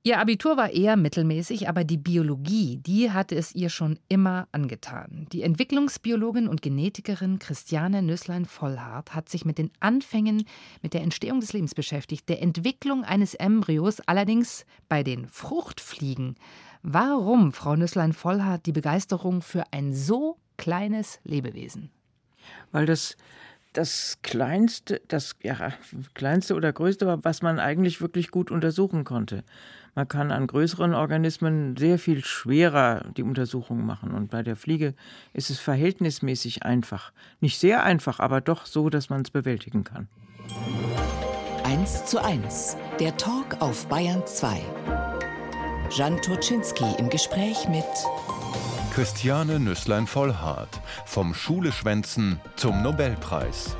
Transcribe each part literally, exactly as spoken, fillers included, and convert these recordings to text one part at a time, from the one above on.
Ihr Abitur war eher mittelmäßig, aber die Biologie, die hatte es ihr schon immer angetan. Die Entwicklungsbiologin und Genetikerin Christiane Nüsslein-Vollhardt hat sich mit den Anfängen, mit der Entstehung des Lebens beschäftigt, der Entwicklung eines Embryos, allerdings bei den Fruchtfliegen. Warum, Frau Nüsslein-Vollhardt, die Begeisterung für ein so kleines Lebewesen? Weil das das kleinste, das ja, kleinste oder größte war, was man eigentlich wirklich gut untersuchen konnte. Man kann an größeren Organismen sehr viel schwerer die Untersuchungen machen. Und bei der Fliege ist es verhältnismäßig einfach. Nicht sehr einfach, aber doch so, dass man es bewältigen kann. eins zu eins, der Talk auf Bayern zwei. Jan Turczynski im Gespräch mit Christiane Nüsslein-Vollhardt, vom Schuleschwänzen zum Nobelpreis.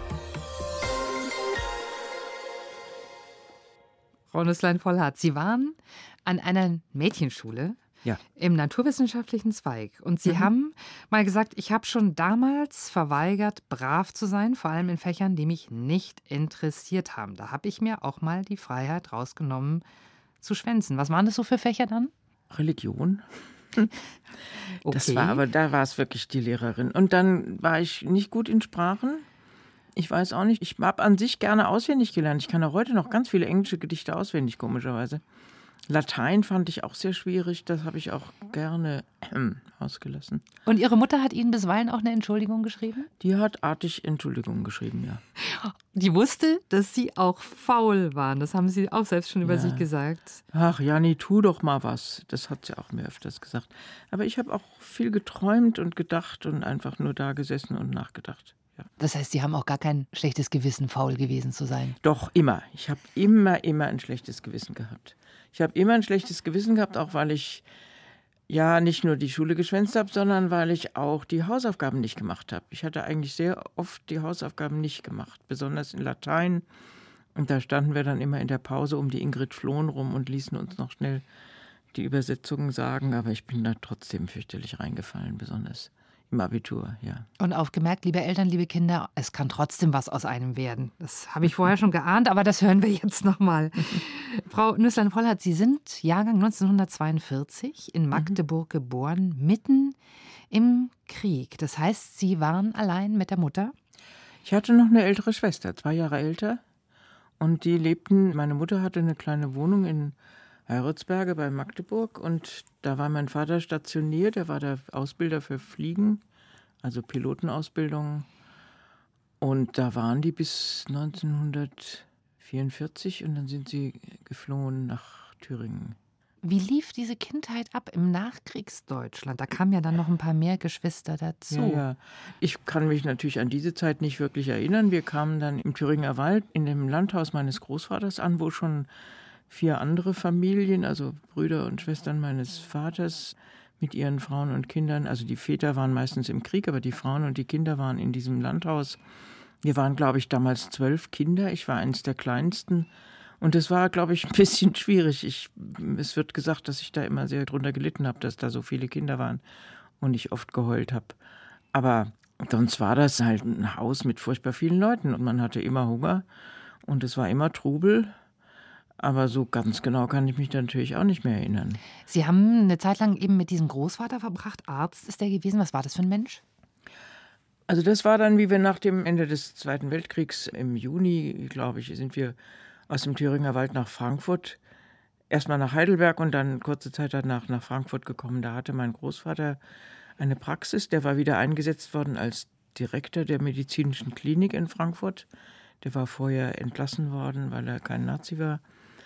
Frau Nüsslein-Vollhardt, Sie waren an einer Mädchenschule Ja. im naturwissenschaftlichen Zweig. Und Sie mhm. haben mal gesagt, ich habe schon damals verweigert, brav zu sein, vor allem in Fächern, die mich nicht interessiert haben. Da habe ich mir auch mal die Freiheit rausgenommen, zu schwänzen. Was waren das so für Fächer dann? Religion. Okay. Das war aber, da war es wirklich die Lehrerin. Und dann war ich nicht gut in Sprachen. Ich weiß auch nicht, ich habe an sich gerne auswendig gelernt. Ich kann auch heute noch ganz viele englische Gedichte auswendig, komischerweise. Latein fand ich auch sehr schwierig, das habe ich auch gerne äh, ausgelassen. Und Ihre Mutter hat Ihnen bisweilen auch eine Entschuldigung geschrieben? Die hat artig Entschuldigungen geschrieben, ja. Die wusste, dass Sie auch faul waren. Das haben Sie auch selbst schon über Ja. sich gesagt. Ach, Janni, tu doch mal was. Das hat sie auch mir öfters gesagt. Aber ich habe auch viel geträumt und gedacht und einfach nur da gesessen und nachgedacht. Ja. Das heißt, Sie haben auch gar kein schlechtes Gewissen, faul gewesen zu sein? Doch, immer. Ich habe immer, immer ein schlechtes Gewissen gehabt. Ich habe immer ein schlechtes Gewissen gehabt, auch weil ich ja nicht nur die Schule geschwänzt habe, sondern weil ich auch die Hausaufgaben nicht gemacht habe. Ich hatte eigentlich sehr oft die Hausaufgaben nicht gemacht, besonders in Latein. Und da standen wir dann immer in der Pause um die Ingrid Flohn rum und ließen uns noch schnell die Übersetzungen sagen. Aber ich bin da trotzdem fürchterlich reingefallen, besonders im Abitur, ja. Und aufgemerkt, liebe Eltern, liebe Kinder, es kann trotzdem was aus einem werden. Das habe ich vorher schon geahnt, aber das hören wir jetzt nochmal. Frau Nüsslein-Vollhardt, Sie sind Jahrgang neunzehnhundertzweiundvierzig in Magdeburg mhm. geboren, mitten im Krieg. Das heißt, Sie waren allein mit der Mutter? Ich hatte noch eine ältere Schwester, zwei Jahre älter. Und die lebten, meine Mutter hatte eine kleine Wohnung in Heiritzberge bei Magdeburg und da war mein Vater stationiert, er war der Ausbilder für Fliegen, also Pilotenausbildung und da waren die bis neunzehnhundertvierundvierzig und dann sind sie geflohen nach Thüringen. Wie lief diese Kindheit ab im Nachkriegsdeutschland? Da kamen ja dann noch ein paar mehr Geschwister dazu. Ja, ja. Ich kann mich natürlich an diese Zeit nicht wirklich erinnern. Wir kamen dann im Thüringer Wald in dem Landhaus meines Großvaters an, wo schon vier andere Familien, also Brüder und Schwestern meines Vaters mit ihren Frauen und Kindern, also die Väter waren meistens im Krieg, aber die Frauen und die Kinder waren in diesem Landhaus. Wir waren, glaube ich, damals zwölf Kinder, ich war eines der kleinsten und es war, glaube ich, ein bisschen schwierig. Ich, es wird gesagt, dass ich da immer sehr drunter gelitten habe, dass da so viele Kinder waren und ich oft geheult habe. Aber sonst war das halt ein Haus mit furchtbar vielen Leuten und man hatte immer Hunger und es war immer Trubel. Aber so ganz genau kann ich mich da natürlich auch nicht mehr erinnern. Sie haben eine Zeit lang eben mit diesem Großvater verbracht. Arzt ist der gewesen. Was war das für ein Mensch? Also das war dann, wie wir nach dem Ende des Zweiten Weltkriegs im Juni, glaube ich, sind wir aus dem Thüringer Wald nach Frankfurt. Erstmal nach Heidelberg und dann kurze Zeit danach nach Frankfurt gekommen. Da hatte mein Großvater eine Praxis. Der war wieder eingesetzt worden als Direktor der medizinischen Klinik in Frankfurt. Der war vorher entlassen worden, weil er kein Nazi war.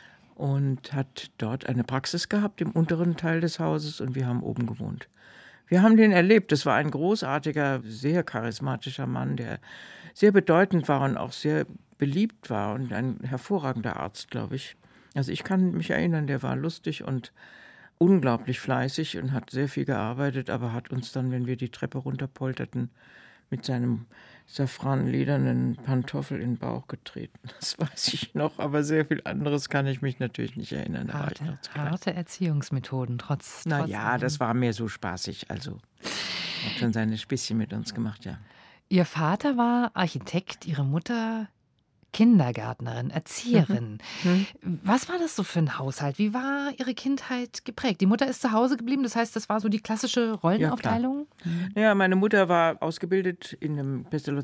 Und hat dort eine Praxis gehabt im unteren Teil des Hauses und wir haben oben gewohnt. Wir haben den erlebt. Das war ein großartiger, sehr charismatischer Mann, der sehr bedeutend war und auch sehr beliebt war und ein hervorragender Arzt, glaube ich. Also ich kann mich erinnern, der war lustig und unglaublich fleißig und hat sehr viel gearbeitet, aber hat uns dann, wenn wir die Treppe runterpolterten, mit seinem safranledernen Pantoffel in den Bauch getreten. Das weiß ich noch, aber sehr viel anderes kann ich mich natürlich nicht erinnern. Da war ich noch zu klein. Harte Erziehungsmethoden, trotz... Na trotz ja, allem. das war mehr so spaßig. Also hat schon seine Späßchen mit uns gemacht, ja. Ihr Vater war Architekt, Ihre Mutter Kindergärtnerin, Erzieherin. Mhm. Was war das so für ein Haushalt? Wie war Ihre Kindheit geprägt? Die Mutter ist zu Hause geblieben, das heißt, das war so die klassische Rollenaufteilung? Ja, ja, meine Mutter war ausgebildet in der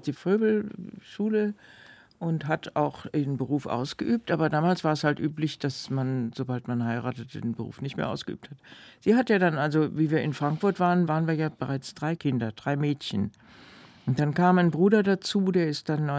Pestalozzi-Fröbel-Schule und hat auch den Beruf ausgeübt. Aber damals war es halt üblich, dass man, sobald man heiratete, den Beruf nicht mehr ausgeübt hat. Sie hat ja dann, also wie wir in Frankfurt waren, waren wir ja bereits drei Kinder, drei Mädchen. Und dann kam ein Bruder dazu, der ist dann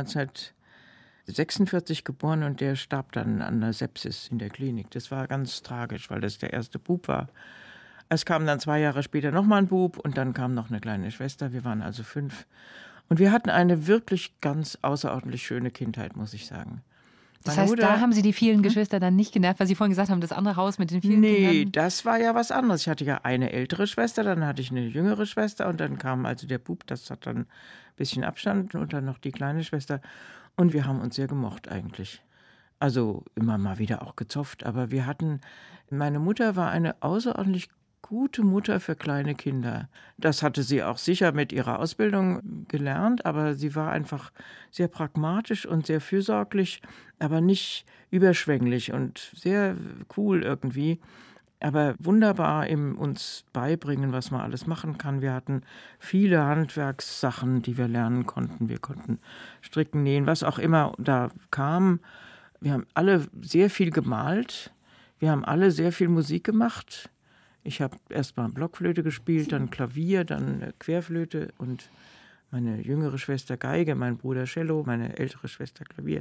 neunzehnhundertsechsundvierzig geboren und der starb dann an einer Sepsis in der Klinik. Das war ganz tragisch, weil das der erste Bub war. Es kam dann zwei Jahre später nochmal ein Bub und dann kam noch eine kleine Schwester. Wir waren also fünf. Und wir hatten eine wirklich ganz außerordentlich schöne Kindheit, muss ich sagen. Das Meine heißt, Mutter, da haben Sie die vielen Geschwister dann nicht genervt, weil Sie vorhin gesagt haben, das andere Haus mit den vielen Nee, Kindern? das war ja was anderes. Ich hatte ja eine ältere Schwester, dann hatte ich eine jüngere Schwester und dann kam also der Bub, das hat dann ein bisschen Abstand und dann noch die kleine Schwester. Und wir haben uns sehr gemocht eigentlich. Also immer mal wieder auch gezofft, aber wir hatten, meine Mutter war eine außerordentlich gute Mutter für kleine Kinder. Das hatte sie auch sicher mit ihrer Ausbildung gelernt, aber sie war einfach sehr pragmatisch und sehr fürsorglich, aber nicht überschwänglich und sehr cool irgendwie. Aber wunderbar im uns beibringen, was man alles machen kann. Wir hatten viele Handwerkssachen, die wir lernen konnten. Wir konnten stricken, nähen, was auch immer da kam. Wir haben alle sehr viel gemalt. Wir haben alle sehr viel Musik gemacht. Ich habe erst mal Blockflöte gespielt, dann Klavier, dann Querflöte und meine jüngere Schwester Geige, mein Bruder Cello, meine ältere Schwester Klavier.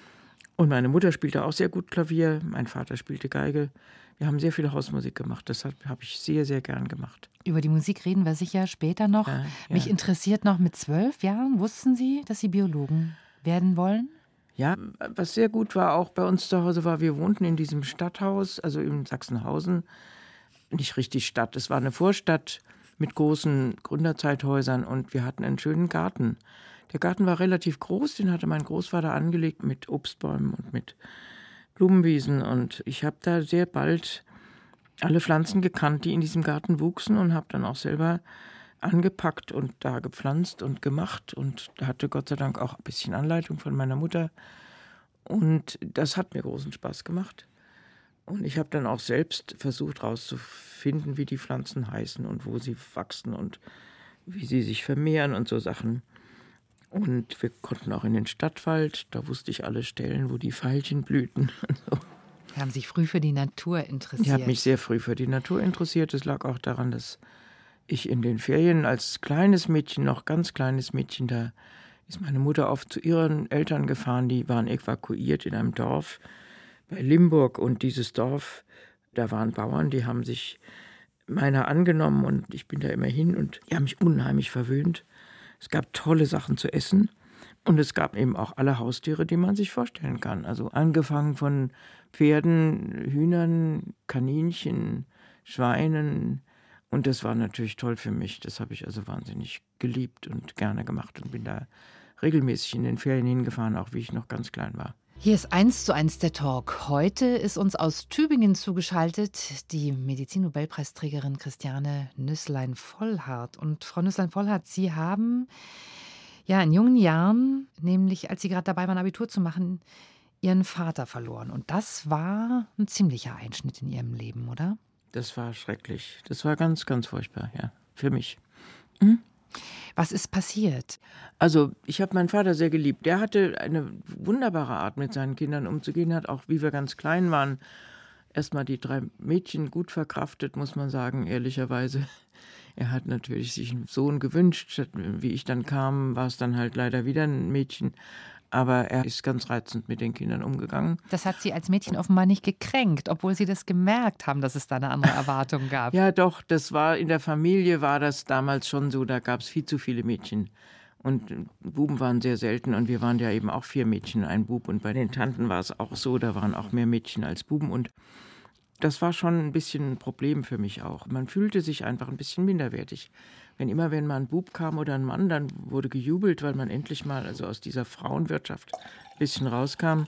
Und meine Mutter spielte auch sehr gut Klavier, mein Vater spielte Geige. Wir haben sehr viel Hausmusik gemacht, das habe hab ich sehr, sehr gern gemacht. Über die Musik reden wir sicher später noch. Ja, ja. Mich interessiert noch, mit zwölf Jahren wussten Sie, dass Sie Biologen werden wollen? Ja, was sehr gut war auch bei uns zu Hause war, wir wohnten in diesem Stadthaus, also in Sachsenhausen. Nicht richtig Stadt, es war eine Vorstadt mit großen Gründerzeithäusern und wir hatten einen schönen Garten. Der Garten war relativ groß, den hatte mein Großvater angelegt mit Obstbäumen und mit Blumenwiesen und ich habe da sehr bald alle Pflanzen gekannt, die in diesem Garten wuchsen und habe dann auch selber angepackt und da gepflanzt und gemacht und hatte Gott sei Dank auch ein bisschen Anleitung von meiner Mutter und das hat mir großen Spaß gemacht. Und ich habe dann auch selbst versucht herauszufinden, wie die Pflanzen heißen und wo sie wachsen und wie sie sich vermehren und so Sachen. Und wir konnten auch in den Stadtwald, da wusste ich alle Stellen, wo die Veilchen blühten. Und so. Sie haben sich früh für die Natur interessiert. Ich habe mich sehr früh für die Natur interessiert. Es lag auch daran, dass ich in den Ferien als kleines Mädchen, noch ganz kleines Mädchen, da ist meine Mutter oft zu ihren Eltern gefahren, die waren evakuiert in einem Dorf bei Limburg und dieses Dorf, da waren Bauern, die haben sich meiner angenommen und ich bin da immer hin und die haben mich unheimlich verwöhnt. Es gab tolle Sachen zu essen und es gab eben auch alle Haustiere, die man sich vorstellen kann. Also angefangen von Pferden, Hühnern, Kaninchen, Schweinen und das war natürlich toll für mich. Das habe ich also wahnsinnig geliebt und gerne gemacht und bin da regelmäßig in den Ferien hingefahren, auch wie ich noch ganz klein war. Hier ist eins zu eins der Talk. Heute ist uns aus Tübingen zugeschaltet die Medizin-Nobelpreisträgerin Christiane Nüsslein-Vollhardt. Und Frau Nüsslein-Vollhardt, Sie haben ja in jungen Jahren, nämlich als Sie gerade dabei waren, Abitur zu machen, Ihren Vater verloren. Und das war ein ziemlicher Einschnitt in Ihrem Leben, oder? Das war schrecklich. Das war ganz, ganz furchtbar, ja, für mich. Mhm. Was ist passiert? Also ich habe meinen Vater sehr geliebt. Der hatte eine wunderbare Art, mit seinen Kindern umzugehen. Er hat auch, wie wir ganz klein waren, erstmal die drei Mädchen gut verkraftet, muss man sagen, ehrlicherweise. Er hat natürlich sich einen Sohn gewünscht. Wie ich dann kam, war es dann halt leider wieder ein Mädchen. Aber er ist ganz reizend mit den Kindern umgegangen. Das hat Sie als Mädchen offenbar nicht gekränkt, obwohl Sie das gemerkt haben, dass es da eine andere Erwartung gab. Ja, doch, das war in der Familie war das damals schon so, da gab es viel zu viele Mädchen. Und Buben waren sehr selten und wir waren ja eben auch vier Mädchen, ein Bub. Und bei den Tanten war es auch so, da waren auch mehr Mädchen als Buben. Und das war schon ein bisschen ein Problem für mich auch. Man fühlte sich einfach ein bisschen minderwertig. Wenn immer, wenn mal ein Bub kam oder ein Mann, dann wurde gejubelt, weil man endlich mal also aus dieser Frauenwirtschaft ein bisschen rauskam.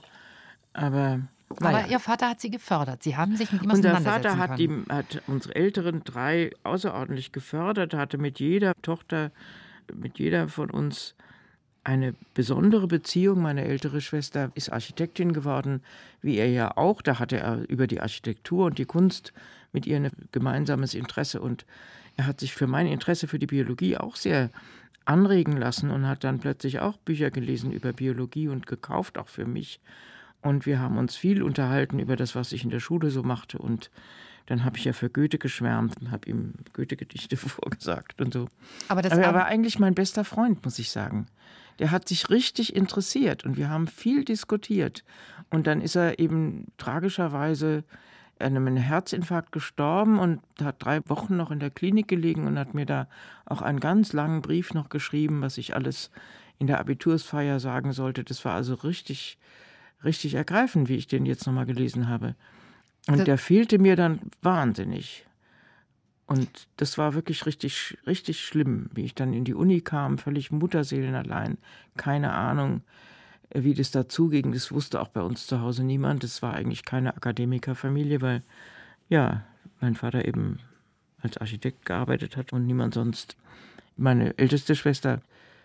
Aber, Aber ja. Ihr Vater hat Sie gefördert. Sie haben sich mit ihm Unser auseinandersetzen Vater hat, können. die, hat unsere älteren drei außerordentlich gefördert, hatte mit jeder Tochter, mit jeder von uns eine besondere Beziehung. Meine ältere Schwester ist Architektin geworden, wie er ja auch. Da hatte er über die Architektur und die Kunst mit ihr ein gemeinsames Interesse. Und er hat sich für mein Interesse für die Biologie auch sehr anregen lassen und hat dann plötzlich auch Bücher gelesen über Biologie und gekauft, auch für mich. Und wir haben uns viel unterhalten über das, was ich in der Schule so machte. Und dann habe ich ja für Goethe geschwärmt und habe ihm Goethe-Gedichte vorgesagt und so. Aber, das Aber er war eigentlich mein bester Freund, muss ich sagen. Der hat sich richtig interessiert und wir haben viel diskutiert. Und dann ist er eben tragischerweise an einem Herzinfarkt gestorben und hat drei Wochen noch in der Klinik gelegen und hat mir da auch einen ganz langen Brief noch geschrieben, was ich alles in der Abitursfeier sagen sollte. Das war also richtig, richtig ergreifend, wie ich den jetzt nochmal gelesen habe. Und der fehlte mir dann wahnsinnig. Und das war wirklich richtig, richtig schlimm, wie ich dann in die Uni kam, völlig mutterseelenallein, keine Ahnung, wie das dazuging. Das wusste auch bei uns zu Hause niemand. Das war eigentlich keine Akademikerfamilie, weil ja, mein Vater eben als Architekt gearbeitet hat und niemand sonst. Meine älteste Schwester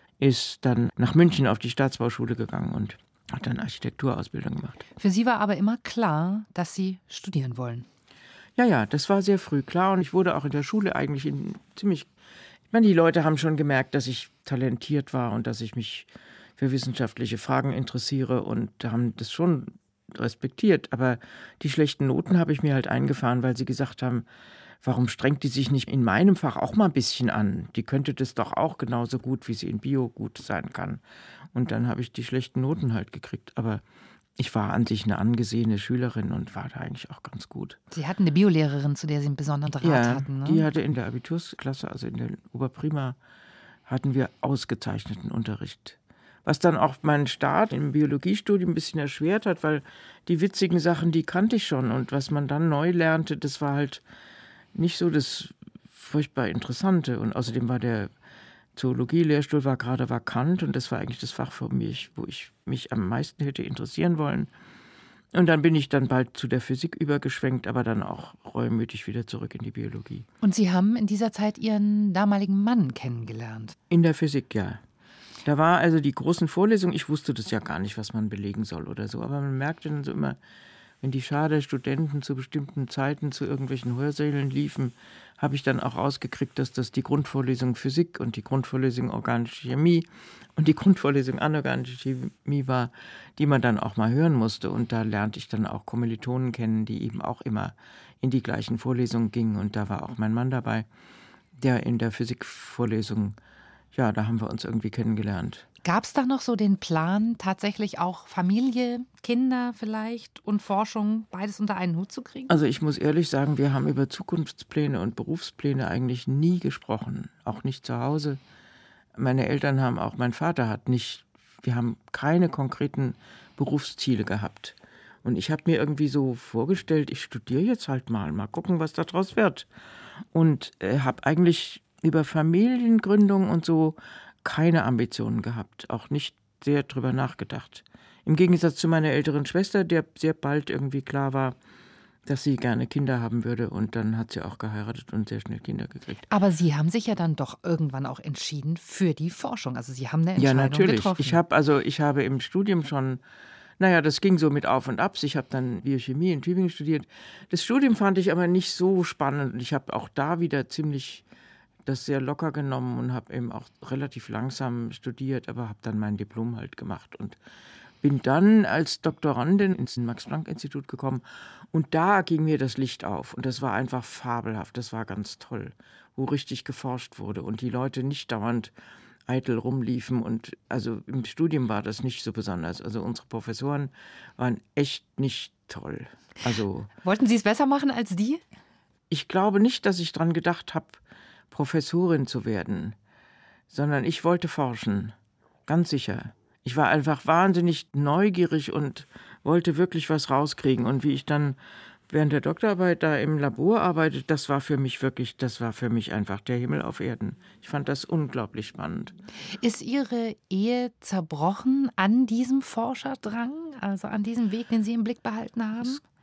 ist dann nach München auf die Staatsbauschule gegangen und hat dann Architekturausbildung gemacht. Für Sie war aber immer klar, dass Sie studieren wollen. Ja, ja, das war sehr früh klar und ich wurde auch in der Schule eigentlich in ziemlich, ich meine, die Leute haben schon gemerkt, dass ich talentiert war und dass ich mich für wissenschaftliche Fragen interessiere und haben das schon respektiert. Aber die schlechten Noten habe ich mir halt eingefahren, weil sie gesagt haben, warum strengt die sich nicht in meinem Fach auch mal ein bisschen an? Die könnte das doch auch genauso gut, wie sie in Bio gut sein kann. Und dann habe ich die schlechten Noten halt gekriegt. Aber ich war an sich eine angesehene Schülerin und war da eigentlich auch ganz gut. Sie hatten eine Biolehrerin, zu der Sie einen besonderen Draht ja, hatten, ne? Die hatte in der Abitursklasse, also in der Oberprima, hatten wir ausgezeichneten Unterricht. Was dann auch meinen Start im Biologiestudium ein bisschen erschwert hat, weil die witzigen Sachen, die kannte ich schon. Und was man dann neu lernte, das war halt nicht so das furchtbar Interessante. Und außerdem war der Zoologie-Lehrstuhl war gerade vakant und das war eigentlich das Fach für mich, wo ich mich am meisten hätte interessieren wollen. Und dann bin ich dann bald zu der Physik übergeschwenkt, aber dann auch reumütig wieder zurück in die Biologie. Und Sie haben in dieser Zeit Ihren damaligen Mann kennengelernt? In der Physik, ja. Da war also die großen Vorlesungen, ich wusste das ja gar nicht, was man belegen soll oder so, aber man merkte dann so immer, wenn die Schar der Studenten zu bestimmten Zeiten zu irgendwelchen Hörsälen liefen, habe ich dann auch rausgekriegt, dass das die Grundvorlesung Physik und die Grundvorlesung Organische Chemie und die Grundvorlesung Anorganische Chemie war, die man dann auch mal hören musste. Und da lernte ich dann auch Kommilitonen kennen, die eben auch immer in die gleichen Vorlesungen gingen. Und da war auch mein Mann dabei, der in der Physikvorlesung, ja, da haben wir uns irgendwie kennengelernt. Gab es da noch so den Plan, tatsächlich auch Familie, Kinder vielleicht und Forschung beides unter einen Hut zu kriegen? Also ich muss ehrlich sagen, wir haben über Zukunftspläne und Berufspläne eigentlich nie gesprochen, auch nicht zu Hause. Meine Eltern haben auch, mein Vater hat nicht, wir haben keine konkreten Berufsziele gehabt. Und ich habe mir irgendwie so vorgestellt, ich studiere jetzt halt mal, mal gucken, was daraus wird. Und äh, habe eigentlich über Familiengründung und so keine Ambitionen gehabt, auch nicht sehr drüber nachgedacht. Im Gegensatz zu meiner älteren Schwester, der sehr bald irgendwie klar war, dass sie gerne Kinder haben würde und dann hat sie auch geheiratet und sehr schnell Kinder gekriegt. Aber Sie haben sich ja dann doch irgendwann auch entschieden für die Forschung. Also Sie haben eine Entscheidung ja, natürlich. getroffen. Ich habe also ich habe im Studium schon, naja, das ging so mit Auf und Abs. Ich habe dann Biochemie in Tübingen studiert. Das Studium fand ich aber nicht so spannend und ich habe auch da wieder ziemlich das sehr locker genommen und habe eben auch relativ langsam studiert, aber habe dann mein Diplom halt gemacht und bin dann als Doktorandin ins Max-Planck-Institut gekommen und da ging mir das Licht auf und das war einfach fabelhaft, das war ganz toll, wo richtig geforscht wurde und die Leute nicht dauernd eitel rumliefen und also im Studium war das nicht so besonders, also unsere Professoren waren echt nicht toll. Also wollten Sie es besser machen als die? Ich glaube nicht, dass ich dran gedacht habe, Professorin zu werden, sondern ich wollte forschen, ganz sicher. Ich war einfach wahnsinnig neugierig und wollte wirklich was rauskriegen. Und wie ich dann während der Doktorarbeit da im Labor arbeitete, das war für mich wirklich, das war für mich einfach der Himmel auf Erden. Ich fand das unglaublich spannend. Ist Ihre Ehe zerbrochen an diesem Forscherdrang, also an diesem Weg, den Sie im Blick behalten haben? Das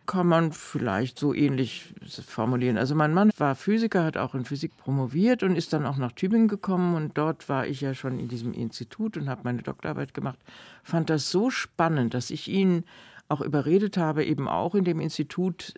kann man vielleicht so ähnlich formulieren. Also mein Mann war Physiker, hat auch in Physik promoviert und ist dann auch nach Tübingen gekommen. Und dort war ich ja schon in diesem Institut und habe meine Doktorarbeit gemacht. Fand das so spannend, dass ich ihn auch überredet habe, eben auch in dem Institut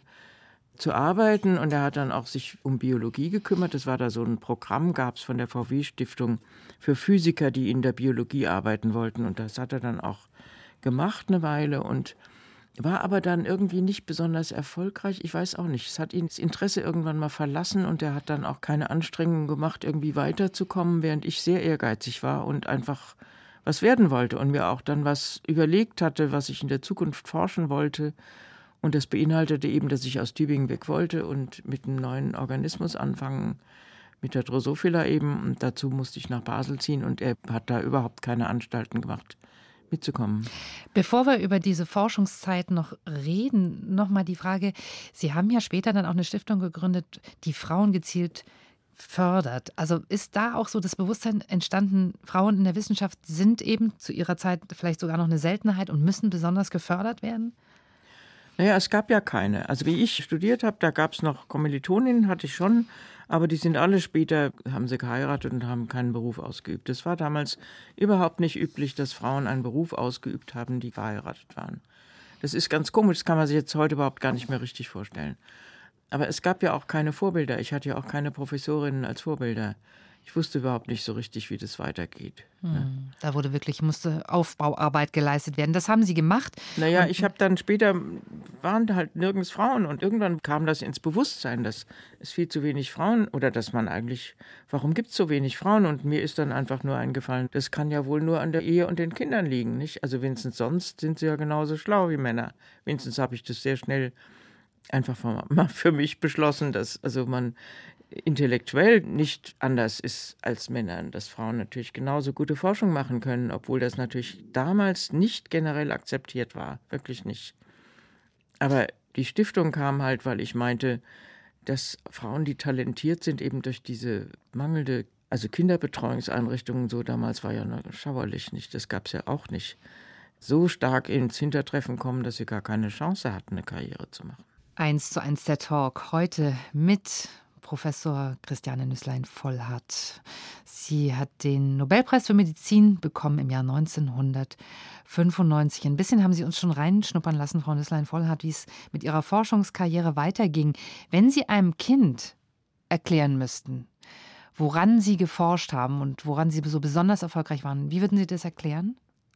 zu arbeiten. Und er hat dann auch sich um Biologie gekümmert. Das war da so ein Programm, gab es von der V W-Stiftung für Physiker, die in der Biologie arbeiten wollten. Und das hat er dann auch gemacht eine Weile und war aber dann irgendwie nicht besonders erfolgreich. Ich weiß auch nicht. Es hat ihn das Interesse irgendwann mal verlassen und er hat dann auch keine Anstrengungen gemacht, irgendwie weiterzukommen, während ich sehr ehrgeizig war und einfach was werden wollte und mir auch dann was überlegt hatte, was ich in der Zukunft forschen wollte. Und das beinhaltete eben, dass ich aus Tübingen weg wollte und mit einem neuen Organismus anfangen, mit der Drosophila eben. Und dazu musste ich nach Basel ziehen und er hat da überhaupt keine Anstalten gemacht, mitzukommen. Bevor wir über diese Forschungszeit noch reden, nochmal die Frage, Sie haben ja später dann auch eine Stiftung gegründet, die Frauen gezielt fördert. Also ist da auch so das Bewusstsein entstanden, Frauen in der Wissenschaft sind eben zu ihrer Zeit vielleicht sogar noch eine Seltenheit und müssen besonders gefördert werden? Naja, es gab ja keine. Also wie ich studiert habe, da gab es noch Kommilitoninnen, hatte ich schon, aber die sind alle später, haben sie geheiratet und haben keinen Beruf ausgeübt. Es war damals überhaupt nicht üblich, dass Frauen einen Beruf ausgeübt haben, die verheiratet waren. Das ist ganz komisch, das kann man sich jetzt heute überhaupt gar nicht mehr richtig vorstellen. Aber es gab ja auch keine Vorbilder. Ich hatte ja auch keine Professorinnen als Vorbilder. Ich wusste überhaupt nicht so richtig, wie das weitergeht. Hm, da wurde wirklich, musste Aufbauarbeit geleistet werden. Das haben Sie gemacht. Naja, ich habe dann später, waren halt nirgends Frauen und irgendwann kam das ins Bewusstsein, dass es viel zu wenig Frauen oder dass man eigentlich, warum gibt es so wenig Frauen? Und mir ist dann einfach nur eingefallen, das kann ja wohl nur an der Ehe und den Kindern liegen, nicht? Also wenigstens sonst sind sie ja genauso schlau wie Männer. Wenigstens habe ich das sehr schnell einfach mal für mich beschlossen, dass also man intellektuell nicht anders ist als Männer, dass Frauen natürlich genauso gute Forschung machen können, obwohl das natürlich damals nicht generell akzeptiert war, wirklich nicht. Aber die Stiftung kam halt, weil ich meinte, dass Frauen, die talentiert sind, eben durch diese mangelnde, also Kinderbetreuungseinrichtungen, so damals war ja schauerlich nicht, das gab es ja auch nicht, so stark ins Hintertreffen kommen, dass sie gar keine Chance hatten, eine Karriere zu machen. Eins zu eins der Talk heute mit Professor Christiane Nüsslein-Volhard. Sie hat den Nobelpreis für Medizin bekommen im Jahr neunzehnhundertfünfundneunzig. Ein bisschen haben Sie uns schon reinschnuppern lassen, Frau Nüsslein-Volhard, wie es mit Ihrer Forschungskarriere weiterging. Wenn Sie einem Kind erklären müssten, woran Sie geforscht haben und woran Sie so besonders erfolgreich waren, wie würden Sie das erklären?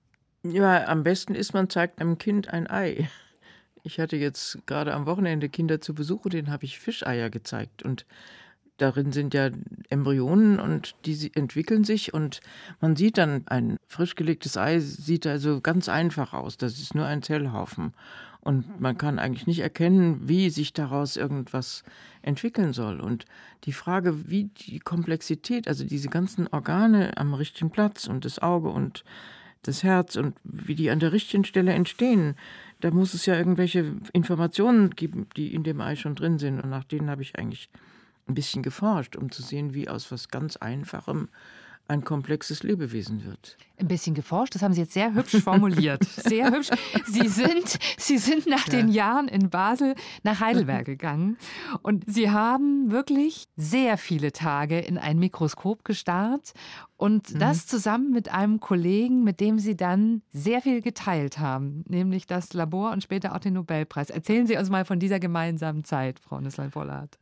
Ja, am besten ist, man zeigt einem Kind ein Ei. Ich hatte jetzt gerade am Wochenende Kinder zu Besuch und denen habe ich Fischeier gezeigt. Und darin sind ja Embryonen und die entwickeln sich. Und man sieht dann, ein frisch gelegtes Ei sieht also ganz einfach aus. Das ist nur ein Zellhaufen. Und man kann eigentlich nicht erkennen, wie sich daraus irgendwas entwickeln soll. Und die Frage, wie die Komplexität, also diese ganzen Organe am richtigen Platz und das Auge und das Herz und wie die an der richtigen Stelle entstehen, da muss es ja irgendwelche Informationen geben, die in dem Ei schon drin sind. Und nach denen habe ich eigentlich ein bisschen geforscht, um zu sehen, wie aus was ganz Einfachem ein komplexes Lebewesen wird. Ein bisschen geforscht, das haben Sie jetzt sehr hübsch formuliert. Sehr hübsch. Sie sind, Sie sind nach ja. den Jahren in Basel nach Heidelberg gegangen und Sie haben wirklich sehr viele Tage in ein Mikroskop gestarrt und mhm. das zusammen mit einem Kollegen, mit dem Sie dann sehr viel geteilt haben, nämlich das Labor und später auch den Nobelpreis. Erzählen Sie uns mal von dieser gemeinsamen Zeit, Frau Nüsslein-Volhard.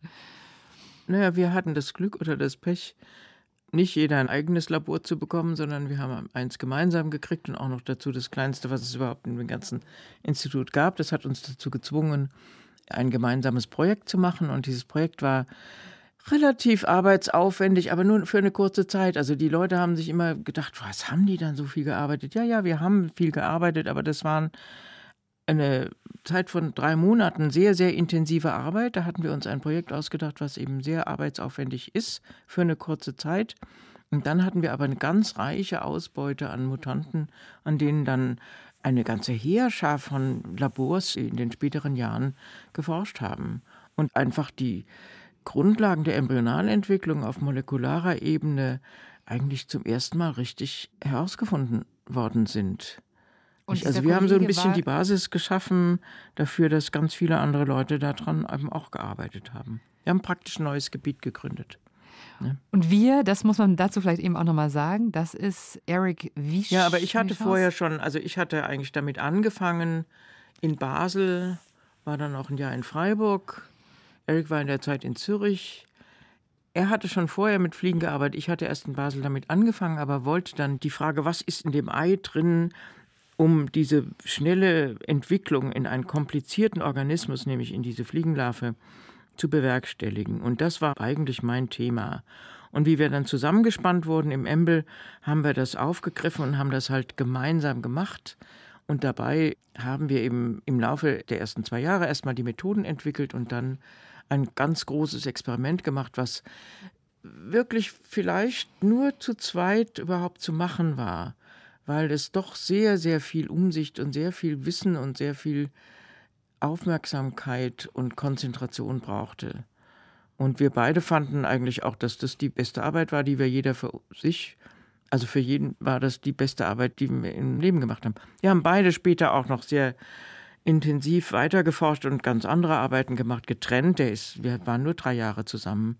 Naja, wir hatten das Glück oder das Pech, nicht jeder ein eigenes Labor zu bekommen, sondern wir haben eins gemeinsam gekriegt und auch noch dazu das kleinste, was es überhaupt in dem ganzen Institut gab. Das hat uns dazu gezwungen, ein gemeinsames Projekt zu machen. Und dieses Projekt war relativ arbeitsaufwendig, aber nur für eine kurze Zeit. Also die Leute haben sich immer gedacht, was haben die dann so viel gearbeitet? Ja, ja, wir haben viel gearbeitet, aber das waren eine Zeit von drei Monaten sehr, sehr intensive Arbeit. Da hatten wir uns ein Projekt ausgedacht, was eben sehr arbeitsaufwendig ist für eine kurze Zeit. Und dann hatten wir aber eine ganz reiche Ausbeute an Mutanten, an denen dann eine ganze Heerschar von Labors in den späteren Jahren geforscht haben. Und einfach die Grundlagen der Embryonalentwicklung auf molekularer Ebene eigentlich zum ersten Mal richtig herausgefunden worden sind. Und also wir haben so ein bisschen war, die Basis geschaffen dafür, dass ganz viele andere Leute daran eben auch gearbeitet haben. Wir haben praktisch ein neues Gebiet gegründet. Ne? Und wir, das muss man dazu vielleicht eben auch nochmal sagen, das ist Eric Wiesch. Ja, aber ich hatte vorher schon, also ich hatte eigentlich damit angefangen in Basel, war dann auch ein Jahr in Freiburg. Eric war in der Zeit in Zürich. Er hatte schon vorher mit Fliegen gearbeitet. Ich hatte erst in Basel damit angefangen, aber wollte dann die Frage, was ist in dem Ei drin, um diese schnelle Entwicklung in einen komplizierten Organismus, nämlich in diese Fliegenlarve, zu bewerkstelligen. Und das war eigentlich mein Thema. Und wie wir dann zusammengespannt wurden im Embl, haben wir das aufgegriffen und haben das halt gemeinsam gemacht. Und dabei haben wir eben im Laufe der ersten zwei Jahre erstmal die Methoden entwickelt und dann ein ganz großes Experiment gemacht, was wirklich vielleicht nur zu zweit überhaupt zu machen war, weil es doch sehr, sehr viel Umsicht und sehr viel Wissen und sehr viel Aufmerksamkeit und Konzentration brauchte. Und wir beide fanden eigentlich auch, dass das die beste Arbeit war, die wir jeder für sich, also für jeden war das die beste Arbeit, die wir im Leben gemacht haben. Wir haben beide später auch noch sehr intensiv weitergeforscht und ganz andere Arbeiten gemacht, getrennt. Der ist, wir waren nur drei Jahre zusammen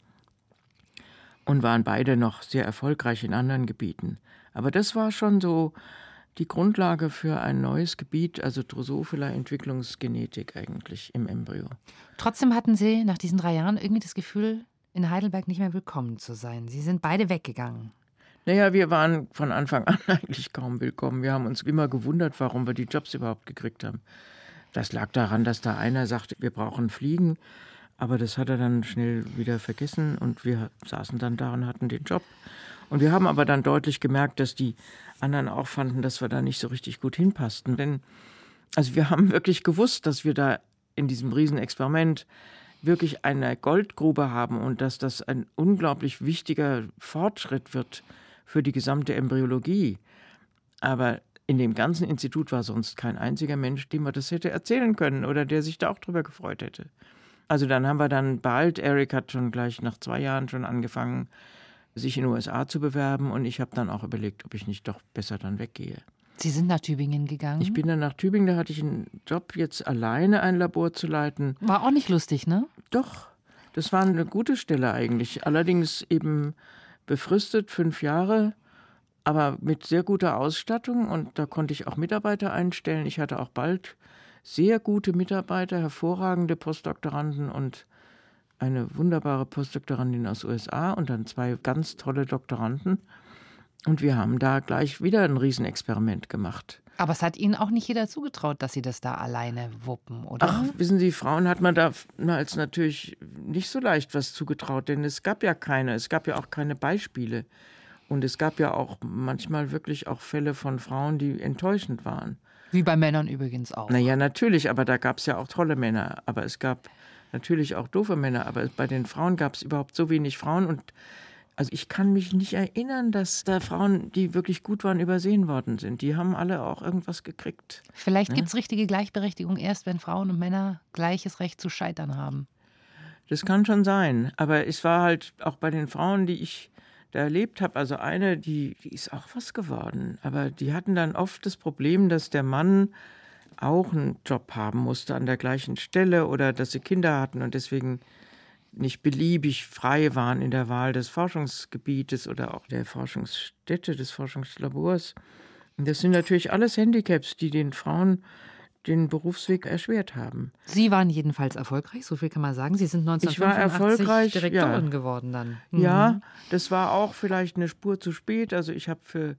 und waren beide noch sehr erfolgreich in anderen Gebieten. Aber das war schon so die Grundlage für ein neues Gebiet, also Drosophila Entwicklungsgenetik eigentlich im Embryo. Trotzdem hatten Sie nach diesen drei Jahren irgendwie das Gefühl, in Heidelberg nicht mehr willkommen zu sein. Sie sind beide weggegangen. Naja, wir waren von Anfang an eigentlich kaum willkommen. Wir haben uns immer gewundert, warum wir die Jobs überhaupt gekriegt haben. Das lag daran, dass da einer sagte, wir brauchen Fliegen. Aber das hat er dann schnell wieder vergessen und wir saßen dann da und hatten den Job. Und wir haben aber dann deutlich gemerkt, dass die anderen auch fanden, dass wir da nicht so richtig gut hinpassten. Denn also wir haben wirklich gewusst, dass wir da in diesem Riesenexperiment wirklich eine Goldgrube haben und dass das ein unglaublich wichtiger Fortschritt wird für die gesamte Embryologie. Aber in dem ganzen Institut war sonst kein einziger Mensch, dem man das hätte erzählen können oder der sich da auch drüber gefreut hätte. Also dann haben wir dann bald, Eric hat schon gleich nach zwei Jahren schon angefangen, sich in den U S A zu bewerben und ich habe dann auch überlegt, ob ich nicht doch besser dann weggehe. Sie sind nach Tübingen gegangen? Ich bin dann nach Tübingen, da hatte ich einen Job, jetzt alleine ein Labor zu leiten. War auch nicht lustig, ne? Doch, das war eine gute Stelle eigentlich. Allerdings eben befristet, fünf Jahre, aber mit sehr guter Ausstattung und da konnte ich auch Mitarbeiter einstellen. Ich hatte auch bald sehr gute Mitarbeiter, hervorragende Postdoktoranden und eine wunderbare Postdoktorandin aus den U S A und dann zwei ganz tolle Doktoranden. Und wir haben da gleich wieder ein Riesenexperiment gemacht. Aber es hat Ihnen auch nicht jeder zugetraut, dass Sie das da alleine wuppen, oder? Ach, wissen Sie, Frauen hat man da als natürlich nicht so leicht was zugetraut, denn es gab ja keine, es gab ja auch keine Beispiele. Und es gab ja auch manchmal wirklich auch Fälle von Frauen, die enttäuschend waren. Wie bei Männern übrigens auch. Naja, natürlich, aber da gab es ja auch tolle Männer. Aber es gab natürlich auch doofe Männer. Aber bei den Frauen gab es überhaupt so wenig Frauen. Und also ich kann mich nicht erinnern, dass da Frauen, die wirklich gut waren, übersehen worden sind. Die haben alle auch irgendwas gekriegt. Vielleicht ne? gibt es richtige Gleichberechtigung erst, wenn Frauen und Männer gleiches Recht zu scheitern haben. Das kann schon sein. Aber es war halt auch bei den Frauen, die ich da erlebt habe, also eine, die, die ist auch was geworden. Aber die hatten dann oft das Problem, dass der Mann auch einen Job haben musste an der gleichen Stelle oder dass sie Kinder hatten und deswegen nicht beliebig frei waren in der Wahl des Forschungsgebietes oder auch der Forschungsstätte, des Forschungslabors. Und das sind natürlich alles Handicaps, die den Frauen den Berufsweg erschwert haben. Sie waren jedenfalls erfolgreich, so viel kann man sagen. Sie sind neunzehnhundertfünfundachtzig ich war erfolgreich, Direktorin ja. geworden dann. Mhm. Ja, das war auch vielleicht eine Spur zu spät. Also ich habe für,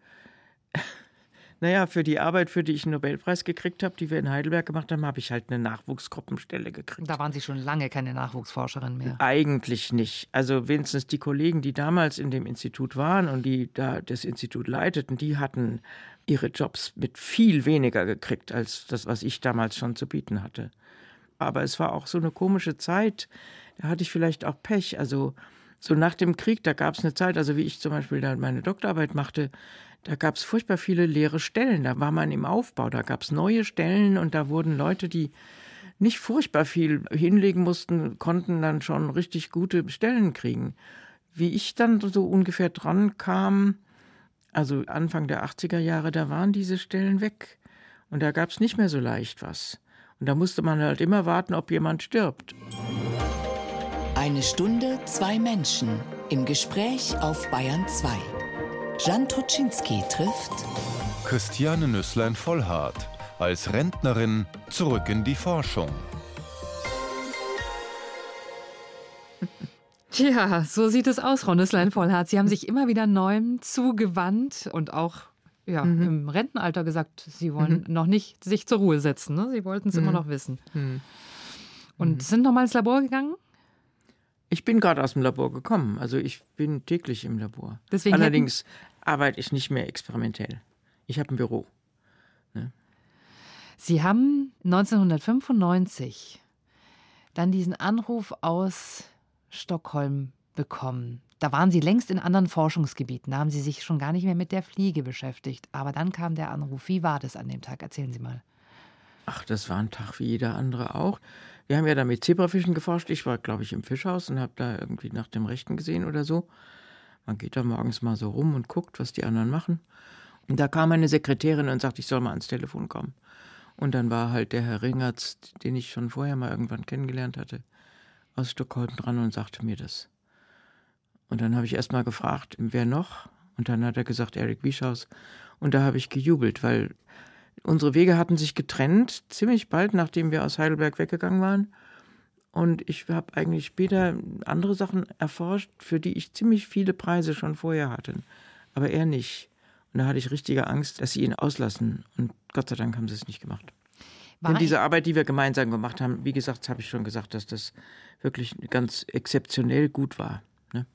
naja, für die Arbeit, für die ich einen Nobelpreis gekriegt habe, die wir in Heidelberg gemacht haben, habe ich halt eine Nachwuchsgruppenstelle gekriegt. Da waren Sie schon lange keine Nachwuchsforscherin mehr. Eigentlich nicht. Also wenigstens die Kollegen, die damals in dem Institut waren und die da das Institut leiteten, die hatten ihre Jobs mit viel weniger gekriegt als das, was ich damals schon zu bieten hatte. Aber es war auch so eine komische Zeit, da hatte ich vielleicht auch Pech. Also so nach dem Krieg, da gab es eine Zeit, also wie ich zum Beispiel da meine Doktorarbeit machte, da gab es furchtbar viele leere Stellen. Da war man im Aufbau, da gab es neue Stellen und da wurden Leute, die nicht furchtbar viel hinlegen mussten, konnten dann schon richtig gute Stellen kriegen. Wie ich dann so ungefähr dran kam, also Anfang der achtziger Jahre, da waren diese Stellen weg. Und da gab es nicht mehr so leicht was. Und da musste man halt immer warten, ob jemand stirbt. Eine Stunde, zwei Menschen im Gespräch auf Bayern zwei. Jan Toczynski trifft Christiane Nüsslein-Vollhardt, als Rentnerin zurück in die Forschung. Tja, so sieht es aus, Frau Nüsslein-Vollhardt. Sie haben sich immer wieder Neuem zugewandt und auch ja, mhm. im Rentenalter gesagt, Sie wollen mhm. noch nicht sich zur Ruhe setzen. Ne? Sie wollten es mhm. immer noch wissen. Mhm. Und sind noch mal ins Labor gegangen? Ich bin gerade aus dem Labor gekommen. Also ich bin täglich im Labor. Deswegen Allerdings arbeite ich nicht mehr experimentell. Ich habe ein Büro. Ne? Sie haben neunzehnhundertfünfundneunzig dann diesen Anruf aus Stockholm bekommen. Da waren Sie längst in anderen Forschungsgebieten. Da haben Sie sich schon gar nicht mehr mit der Fliege beschäftigt. Aber dann kam der Anruf. Wie war das an dem Tag? Erzählen Sie mal. Ach, das war ein Tag wie jeder andere auch. Wir haben ja da mit Zebrafischen geforscht. Ich war, glaube ich, im Fischhaus und habe da irgendwie nach dem Rechten gesehen oder so. Man geht da morgens mal so rum und guckt, was die anderen machen. Und da kam eine Sekretärin und sagte, ich soll mal ans Telefon kommen. Und dann war halt der Herr Ringertz, den ich schon vorher mal irgendwann kennengelernt hatte, aus Stockholm dran und sagte mir das. Und dann habe ich erst mal gefragt, wer noch? Und dann hat er gesagt, Erik Wieschaus. Und da habe ich gejubelt, weil unsere Wege hatten sich getrennt, ziemlich bald, nachdem wir aus Heidelberg weggegangen waren. Und ich habe eigentlich später andere Sachen erforscht, für die ich ziemlich viele Preise schon vorher hatte. Aber er nicht. Und da hatte ich richtige Angst, dass sie ihn auslassen. Und Gott sei Dank haben sie es nicht gemacht. War Denn diese Arbeit, die wir gemeinsam gemacht haben, wie gesagt, habe ich schon gesagt, dass das wirklich ganz exzeptionell gut war. Ne?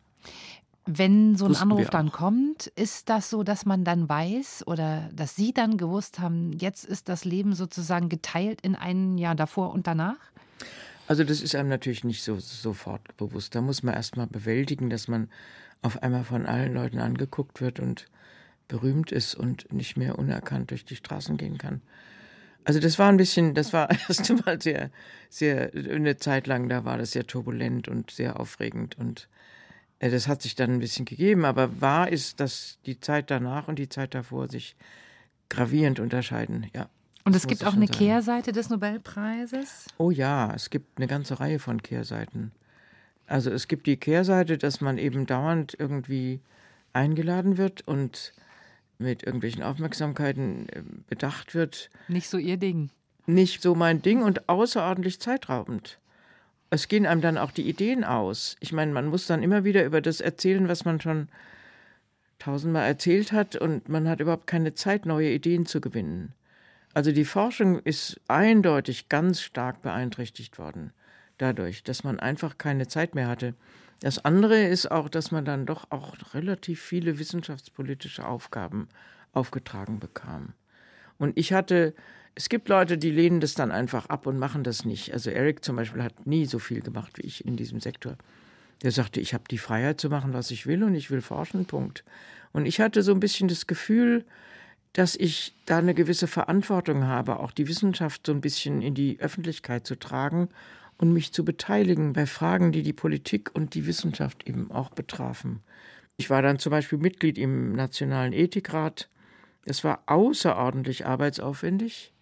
Wenn so ein Anruf dann kommt, ist das so, dass man dann weiß oder dass Sie dann gewusst haben, jetzt ist das Leben sozusagen geteilt in ein Jahr davor und danach? Also das ist einem natürlich nicht so sofort bewusst. Da muss man erst mal bewältigen, dass man auf einmal von allen Leuten angeguckt wird und berühmt ist und nicht mehr unerkannt durch die Straßen gehen kann. Also das war ein bisschen, das war erst einmal sehr, sehr, eine Zeit lang, da war das sehr turbulent und sehr aufregend und äh, das hat sich dann ein bisschen gegeben, aber wahr ist, dass die Zeit danach und die Zeit davor sich gravierend unterscheiden, ja. Und es gibt auch eine Kehrseite des Nobelpreises? Oh ja, es gibt eine ganze Reihe von Kehrseiten. Also es gibt die Kehrseite, dass man eben dauernd irgendwie eingeladen wird und mit irgendwelchen Aufmerksamkeiten bedacht wird. Nicht so Ihr Ding. Nicht so mein Ding und außerordentlich zeitraubend. Es gehen einem dann auch die Ideen aus. Ich meine, man muss dann immer wieder über das erzählen, was man schon tausendmal erzählt hat und man hat überhaupt keine Zeit, neue Ideen zu gewinnen. Also die Forschung ist eindeutig ganz stark beeinträchtigt worden dadurch, dass man einfach keine Zeit mehr hatte. Das andere ist auch, dass man dann doch auch relativ viele wissenschaftspolitische Aufgaben aufgetragen bekam. Und ich hatte, es gibt Leute, die lehnen das dann einfach ab und machen das nicht. Also Erik zum Beispiel hat nie so viel gemacht wie ich in diesem Sektor. Der sagte, ich habe die Freiheit zu machen, was ich will und ich will forschen, Punkt. Und ich hatte so ein bisschen das Gefühl, dass ich da eine gewisse Verantwortung habe, auch die Wissenschaft so ein bisschen in die Öffentlichkeit zu tragen und mich zu beteiligen bei Fragen, die die Politik und die Wissenschaft eben auch betrafen. Ich war dann zum Beispiel Mitglied im Nationalen Ethikrat. Es war außerordentlich arbeitsaufwendig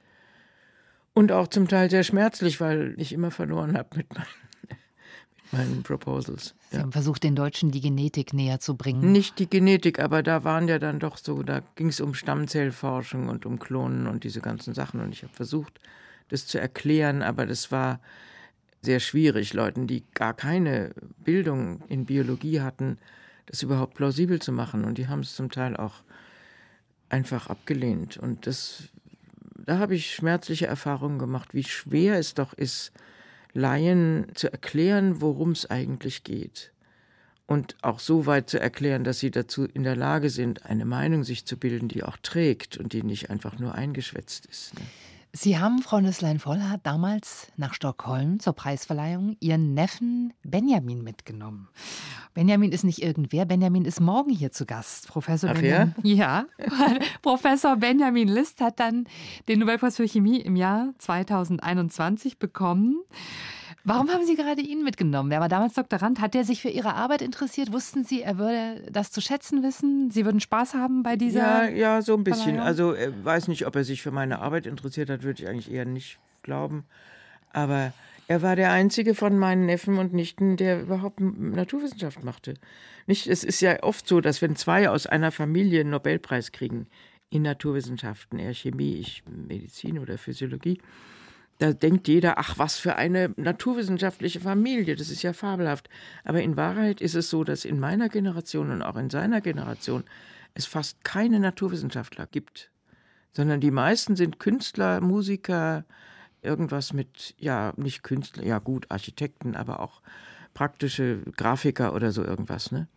und auch zum Teil sehr schmerzlich, weil ich immer verloren habe mit meinen, mit meinen Proposals. Sie ja. haben versucht, den Deutschen die Genetik näher zu bringen. Nicht die Genetik, aber da waren ja dann doch so, da ging es um Stammzellforschung und um Klonen und diese ganzen Sachen. Und ich habe versucht, das zu erklären, aber das war sehr schwierig, Leuten, die gar keine Bildung in Biologie hatten, das überhaupt plausibel zu machen. Und die haben es zum Teil auch einfach abgelehnt. Und das, da habe ich schmerzliche Erfahrungen gemacht, wie schwer es doch ist, Laien zu erklären, worum es eigentlich geht. Und auch so weit zu erklären, dass sie dazu in der Lage sind, eine Meinung sich zu bilden, die auch trägt und die nicht einfach nur eingeschwätzt ist. Ne? Sie haben, Frau Nüsslein-Vollhardt, damals nach Stockholm zur Preisverleihung Ihren Neffen Benjamin mitgenommen. Benjamin ist nicht irgendwer, Benjamin ist morgen hier zu Gast. Professor Ach Benjamin, ja? Ja, Professor Benjamin List hat dann den Nobelpreis für Chemie im Jahr zweitausendeinundzwanzig bekommen. Warum haben Sie gerade ihn mitgenommen? Er war damals Doktorand. Hat er sich für Ihre Arbeit interessiert? Wussten Sie, er würde das zu schätzen wissen? Sie würden Spaß haben bei dieser Ja, ja, so ein bisschen. Verleihung? Also ich weiß nicht, ob er sich für meine Arbeit interessiert hat, würde ich eigentlich eher nicht glauben. Aber er war der einzige von meinen Neffen und Nichten, der überhaupt Naturwissenschaft machte. Nicht, es ist ja oft so, dass wenn zwei aus einer Familie einen Nobelpreis kriegen in Naturwissenschaften, er Chemie, ich Medizin oder Physiologie, da denkt jeder, ach, was für eine naturwissenschaftliche Familie, das ist ja fabelhaft. Aber in Wahrheit ist es so, dass in meiner Generation und auch in seiner Generation es fast keine Naturwissenschaftler gibt, sondern die meisten sind Künstler, Musiker, irgendwas mit, ja, nicht Künstler, ja gut, Architekten, aber auch praktische Grafiker oder so irgendwas, ne?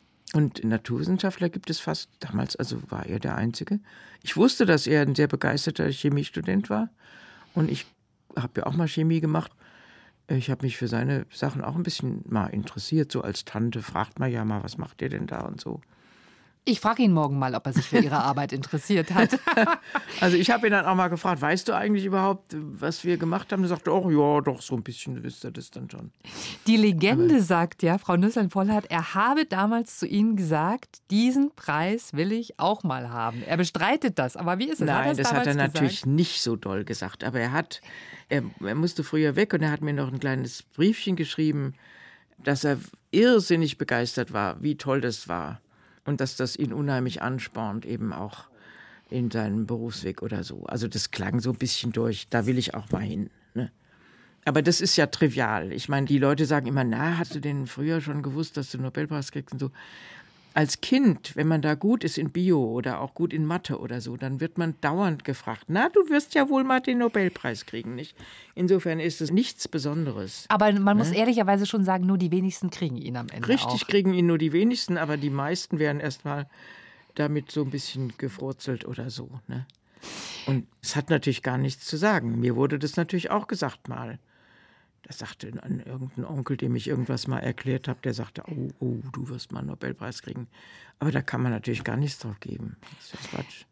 Und Naturwissenschaftler gibt es fast, damals also war er der Einzige. Ich wusste, dass er ein sehr begeisterter Chemiestudent war und ich habe ja auch mal Chemie gemacht. Ich habe mich für seine Sachen auch ein bisschen mal interessiert, so als Tante fragt man ja mal, was macht ihr denn da und so. Ich frage ihn morgen mal, ob er sich für Ihre Arbeit interessiert hat. Also ich habe ihn dann auch mal gefragt, weißt du eigentlich überhaupt, was wir gemacht haben? Er sagte, oh ja, doch, so ein bisschen wisst ihr das dann schon. Die Legende Aber sagt ja, Frau Nüsslein-Vollhardt, er habe damals zu Ihnen gesagt, diesen Preis will ich auch mal haben. Er bestreitet das, aber wie ist es? Nein, hat das hat er gesagt? natürlich nicht so doll gesagt. Aber er hat, er, er musste früher weg und er hat mir noch ein kleines Briefchen geschrieben, dass er irrsinnig begeistert war, wie toll das war. Und dass das ihn unheimlich anspornt, eben auch in seinem Berufsweg oder so. Also das klang so ein bisschen durch, da will ich auch mal hin. Ne? Aber das ist ja trivial. Ich meine, die Leute sagen immer, na, hast du denn früher schon gewusst, dass du den Nobelpreis kriegst und so. Als Kind, wenn man da gut ist in Bio oder auch gut in Mathe oder so, dann wird man dauernd gefragt, na, du wirst ja wohl mal den Nobelpreis kriegen, nicht? Insofern ist es nichts Besonderes. Aber man muss ne? ehrlicherweise schon sagen, nur die wenigsten kriegen ihn am Ende Richtig auch. kriegen ihn nur die wenigsten, aber die meisten werden erst mal damit so ein bisschen gefrurzelt oder so. Ne? Und es hat natürlich gar nichts zu sagen. Mir wurde das natürlich auch gesagt mal. Das sagte ein, irgendein Onkel, dem ich irgendwas mal erklärt habe, der sagte, oh, oh, du wirst mal einen Nobelpreis kriegen. Aber da kann man natürlich gar nichts drauf geben. Das ist ja Quatsch.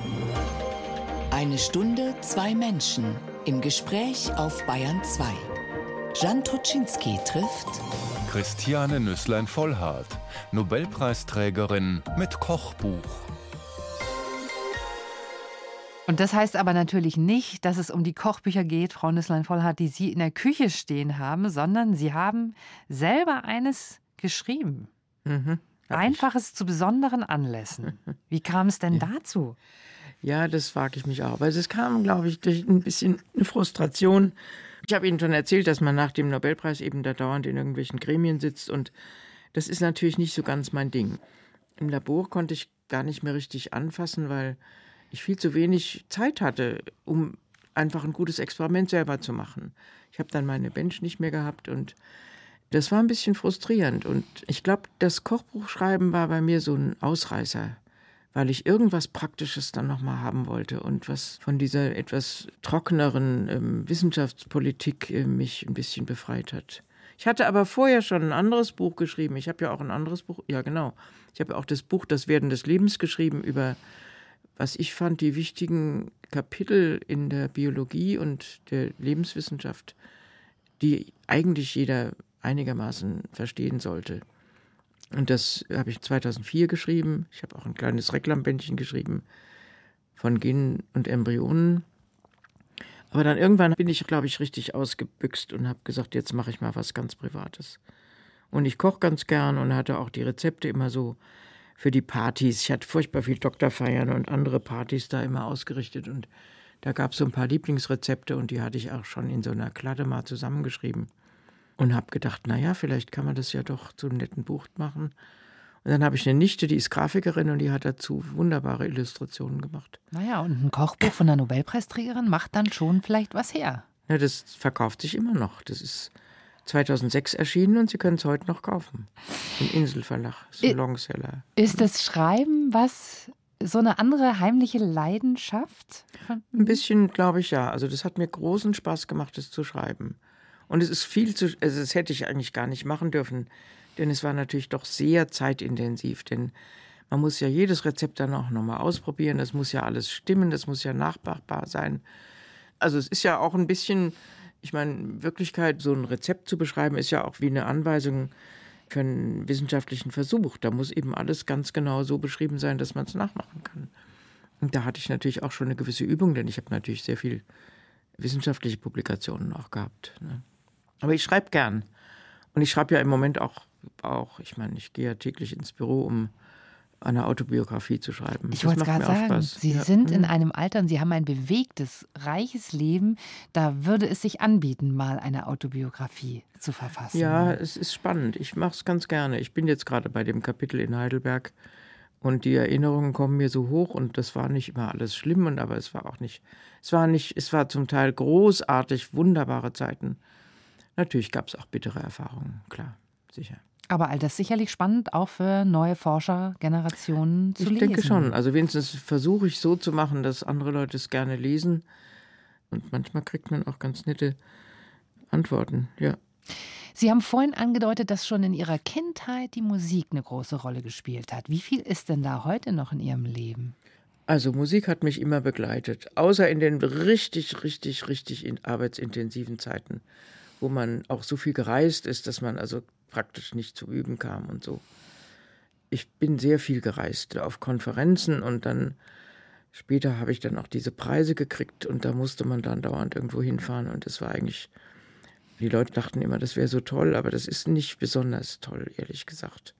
Eine Stunde, zwei Menschen im Gespräch auf Bayern zwei. Jan Toczynski trifft Christiane Nüsslein-Vollhardt, Nobelpreisträgerin mit Kochbuch. Und das heißt aber natürlich nicht, dass es um die Kochbücher geht, Frau Nüsslein-Vollhardt, die Sie in der Küche stehen haben, sondern Sie haben selber eines geschrieben. Mhm, Einfaches zu besonderen Anlässen. Wie kam es denn ja. dazu? Ja, das frage ich mich auch. Also es kam, glaube ich, durch ein bisschen eine Frustration. Ich habe Ihnen schon erzählt, dass man nach dem Nobelpreis eben da dauernd in irgendwelchen Gremien sitzt. Und das ist natürlich nicht so ganz mein Ding. Im Labor konnte ich gar nicht mehr richtig anfassen, weil ich viel zu wenig Zeit hatte, um einfach ein gutes Experiment selber zu machen. Ich habe dann meine Bench nicht mehr gehabt und das war ein bisschen frustrierend. Und ich glaube, das Kochbuchschreiben war bei mir so ein Ausreißer, weil ich irgendwas Praktisches dann nochmal haben wollte und was von dieser etwas trockeneren ähm, Wissenschaftspolitik äh, mich ein bisschen befreit hat. Ich hatte aber vorher schon ein anderes Buch geschrieben. Ich habe ja auch ein anderes Buch, ja genau, ich habe auch das Buch Das Werden des Lebens geschrieben über, was ich fand, die wichtigen Kapitel in der Biologie und der Lebenswissenschaft, die eigentlich jeder einigermaßen verstehen sollte. Und das habe ich zweitausendvier geschrieben. Ich habe auch ein kleines Reklambändchen geschrieben von Genen und Embryonen. Aber dann irgendwann bin ich, glaube ich, richtig ausgebüxt und habe gesagt, jetzt mache ich mal was ganz Privates. Und ich koche ganz gern und hatte auch die Rezepte immer so für die Partys. Ich hatte furchtbar viel Doktorfeiern und andere Partys da immer ausgerichtet. Und da gab es so ein paar Lieblingsrezepte und die hatte ich auch schon in so einer Kladde mal zusammengeschrieben. Und habe gedacht, naja, vielleicht kann man das ja doch zu einem netten Buch machen. Und dann habe ich eine Nichte, die ist Grafikerin und die hat dazu wunderbare Illustrationen gemacht. Naja, und ein Kochbuch von einer Nobelpreisträgerin macht dann schon vielleicht was her. Ja, das verkauft sich immer noch. Das ist zweitausendsechs erschienen und Sie können es heute noch kaufen. Im Inselverlag, ist ein Longseller. Ist das Schreiben was, so eine andere heimliche Leidenschaft? Ein bisschen, glaube ich, ja. Also das hat mir großen Spaß gemacht, das zu schreiben. Und es ist viel zu, also das hätte ich eigentlich gar nicht machen dürfen, denn es war natürlich doch sehr zeitintensiv, denn man muss ja jedes Rezept dann auch nochmal ausprobieren, das muss ja alles stimmen, das muss ja nachmachbar sein. Also es ist ja auch ein bisschen Ich meine, in Wirklichkeit, so ein Rezept zu beschreiben, ist ja auch wie eine Anweisung für einen wissenschaftlichen Versuch. Da muss eben alles ganz genau so beschrieben sein, dass man es nachmachen kann. Und da hatte ich natürlich auch schon eine gewisse Übung, denn ich habe natürlich sehr viel wissenschaftliche Publikationen auch gehabt. Ne? Aber ich schreibe gern. Und ich schreibe ja im Moment auch, auch, ich meine, ich gehe ja täglich ins Büro, um eine Autobiografie zu schreiben. Ich wollte es gerade sagen, Spaß. Sie ja. sind in einem Alter und Sie haben ein bewegtes, reiches Leben. Da würde es sich anbieten, mal eine Autobiografie zu verfassen. Ja, es ist spannend. Ich mache es ganz gerne. Ich bin jetzt gerade bei dem Kapitel in Heidelberg und die Erinnerungen kommen mir so hoch und das war nicht immer alles schlimm, und aber es war auch nicht, es war nicht, es war zum Teil großartig, wunderbare Zeiten. Natürlich gab es auch bittere Erfahrungen, klar, sicher. Aber all das sicherlich spannend, auch für neue Forschergenerationen zu ich lesen. Ich denke schon. Also wenigstens versuche ich so zu machen, dass andere Leute es gerne lesen. Und manchmal kriegt man auch ganz nette Antworten, ja. Sie haben vorhin angedeutet, dass schon in Ihrer Kindheit die Musik eine große Rolle gespielt hat. Wie viel ist denn da heute noch in Ihrem Leben? Also Musik hat mich immer begleitet, außer in den richtig, richtig, richtig in arbeitsintensiven Zeiten, wo man auch so viel gereist ist, dass man also praktisch nicht zu üben kam und so. Ich bin sehr viel gereist auf Konferenzen und dann später habe ich dann auch diese Preise gekriegt und da musste man dann dauernd irgendwo hinfahren und das war eigentlich, die Leute dachten immer, das wäre so toll, aber das ist nicht besonders toll, ehrlich gesagt.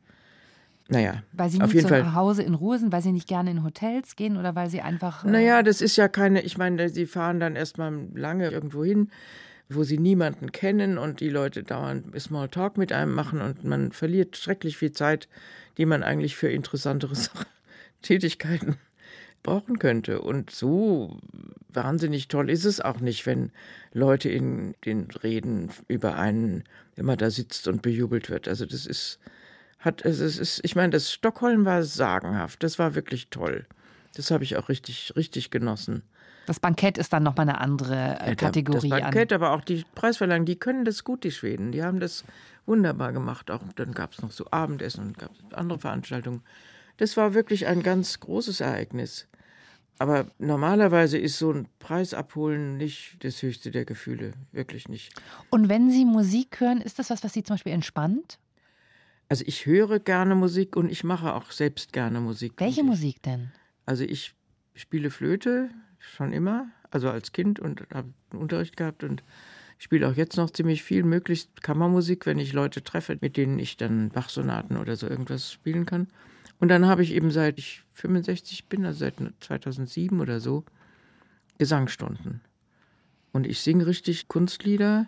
Naja, weil Sie auf nie jeden zu Fall. Hause in Ruhe sind, weil Sie nicht gerne in Hotels gehen oder weil Sie einfach... Äh Naja, das ist ja keine, ich meine, Sie fahren dann erstmal lange irgendwo hin, wo sie niemanden kennen und die Leute dauernd Smalltalk mit einem machen und man verliert schrecklich viel Zeit, die man eigentlich für interessantere Tätigkeiten brauchen könnte. Und so wahnsinnig toll ist es auch nicht, wenn Leute in den Reden über einen immer da sitzt und bejubelt wird. Also das ist, hat, es ist, ich meine, das Stockholm war sagenhaft, das war wirklich toll. Das habe ich auch richtig, richtig genossen. Das Bankett ist dann nochmal eine andere äh, Kategorie. Das Bankett, an. aber auch die Preisverleihung, die können das gut, die Schweden. Die haben das wunderbar gemacht. Auch dann gab es noch so Abendessen und gab es andere Veranstaltungen. Das war wirklich ein ganz großes Ereignis. Aber normalerweise ist so ein Preis abholen nicht das höchste der Gefühle. Wirklich nicht. Und wenn Sie Musik hören, ist das was, was Sie zum Beispiel entspannt? Also ich höre gerne Musik und ich mache auch selbst gerne Musik. Welche Musik denn? Also ich spiele Flöte. Schon immer, also als Kind und habe einen Unterricht gehabt und ich spiele auch jetzt noch ziemlich viel, möglichst Kammermusik, wenn ich Leute treffe, mit denen ich dann Bach-Sonaten oder so irgendwas spielen kann. Und dann habe ich eben seit ich fünfundsechzig bin, also seit zweitausendsieben oder so, Gesangsstunden. Und ich singe richtig Kunstlieder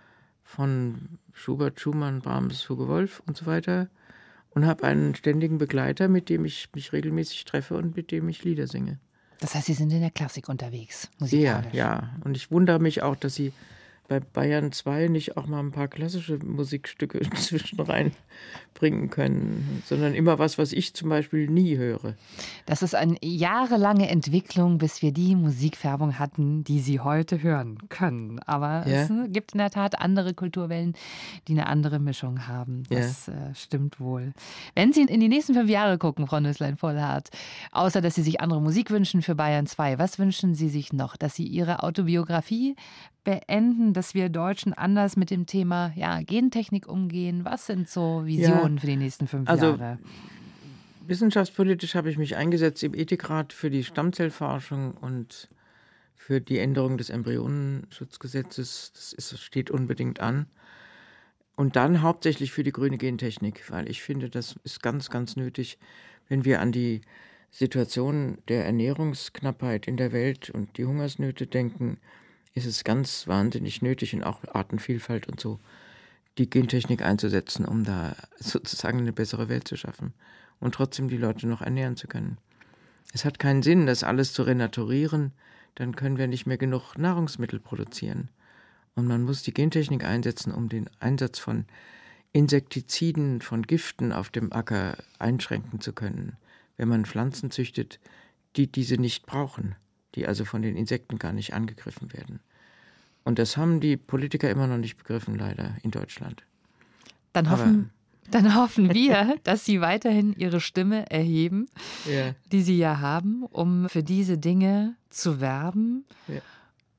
von Schubert, Schumann, Brahms, Hugo Wolf und so weiter und habe einen ständigen Begleiter, mit dem ich mich regelmäßig treffe und mit dem ich Lieder singe. Das heißt, Sie sind in der Klassik unterwegs, Sehr, musikalisch. ja. Und ich wundere mich auch, dass Sie bei Bayern zwei nicht auch mal ein paar klassische Musikstücke inzwischen reinbringen können, sondern immer was, was ich zum Beispiel nie höre. Das ist eine jahrelange Entwicklung, bis wir die Musikfärbung hatten, die Sie heute hören können. Aber ja. es gibt in der Tat andere Kulturwellen, die eine andere Mischung haben. Das ja. äh, stimmt wohl. Wenn Sie in die nächsten fünf Jahre gucken, Frau Nüsslein-Vollhardt, außer dass Sie sich andere Musik wünschen für Bayern zwei, was wünschen Sie sich noch? Dass Sie Ihre Autobiografie beenden, dass wir Deutschen anders mit dem Thema ja, Gentechnik umgehen? Was sind so Visionen ja, für die nächsten fünf also, Jahre? Wissenschaftspolitisch habe ich mich eingesetzt im Ethikrat für die Stammzellforschung und für die Änderung des Embryonenschutzgesetzes. Das ist, steht unbedingt an. Und dann hauptsächlich für die grüne Gentechnik, weil ich finde, das ist ganz, ganz nötig, wenn wir an die Situation der Ernährungsknappheit in der Welt und die Hungersnöte denken, ist es ganz wahnsinnig nötig und auch Artenvielfalt und so, die Gentechnik einzusetzen, um da sozusagen eine bessere Welt zu schaffen und trotzdem die Leute noch ernähren zu können. Es hat keinen Sinn, das alles zu renaturieren, dann können wir nicht mehr genug Nahrungsmittel produzieren. Und man muss die Gentechnik einsetzen, um den Einsatz von Insektiziden, von Giften auf dem Acker einschränken zu können, wenn man Pflanzen züchtet, die diese nicht brauchen, die also von den Insekten gar nicht angegriffen werden. Und das haben die Politiker immer noch nicht begriffen, leider, in Deutschland. Dann hoffen, dann hoffen wir, dass Sie weiterhin Ihre Stimme erheben, ja. die Sie ja haben, um für diese Dinge zu werben. Ja.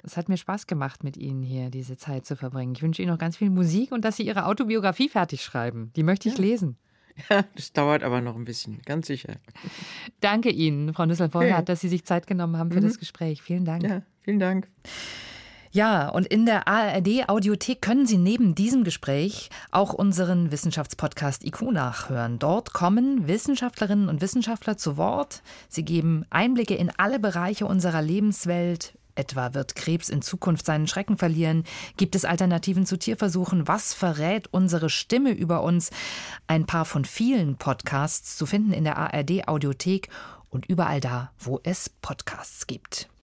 Es hat mir Spaß gemacht, mit Ihnen hier diese Zeit zu verbringen. Ich wünsche Ihnen noch ganz viel Musik und dass Sie Ihre Autobiografie fertig schreiben. Die möchte ich ja. lesen. Ja, das dauert aber noch ein bisschen, ganz sicher. Danke Ihnen, Frau Nusslein-Vollhardt, Okay. dass Sie sich Zeit genommen haben für Mhm. das Gespräch. Vielen Dank. Ja, vielen Dank. Ja, und in der A R D-Audiothek können Sie neben diesem Gespräch auch unseren Wissenschaftspodcast I Q nachhören. Dort kommen Wissenschaftlerinnen und Wissenschaftler zu Wort. Sie geben Einblicke in alle Bereiche unserer Lebenswelt. Etwa wird Krebs in Zukunft seinen Schrecken verlieren? Gibt es Alternativen zu Tierversuchen? Was verrät unsere Stimme über uns? Ein paar von vielen Podcasts zu finden in der A R D-Audiothek und überall da, wo es Podcasts gibt.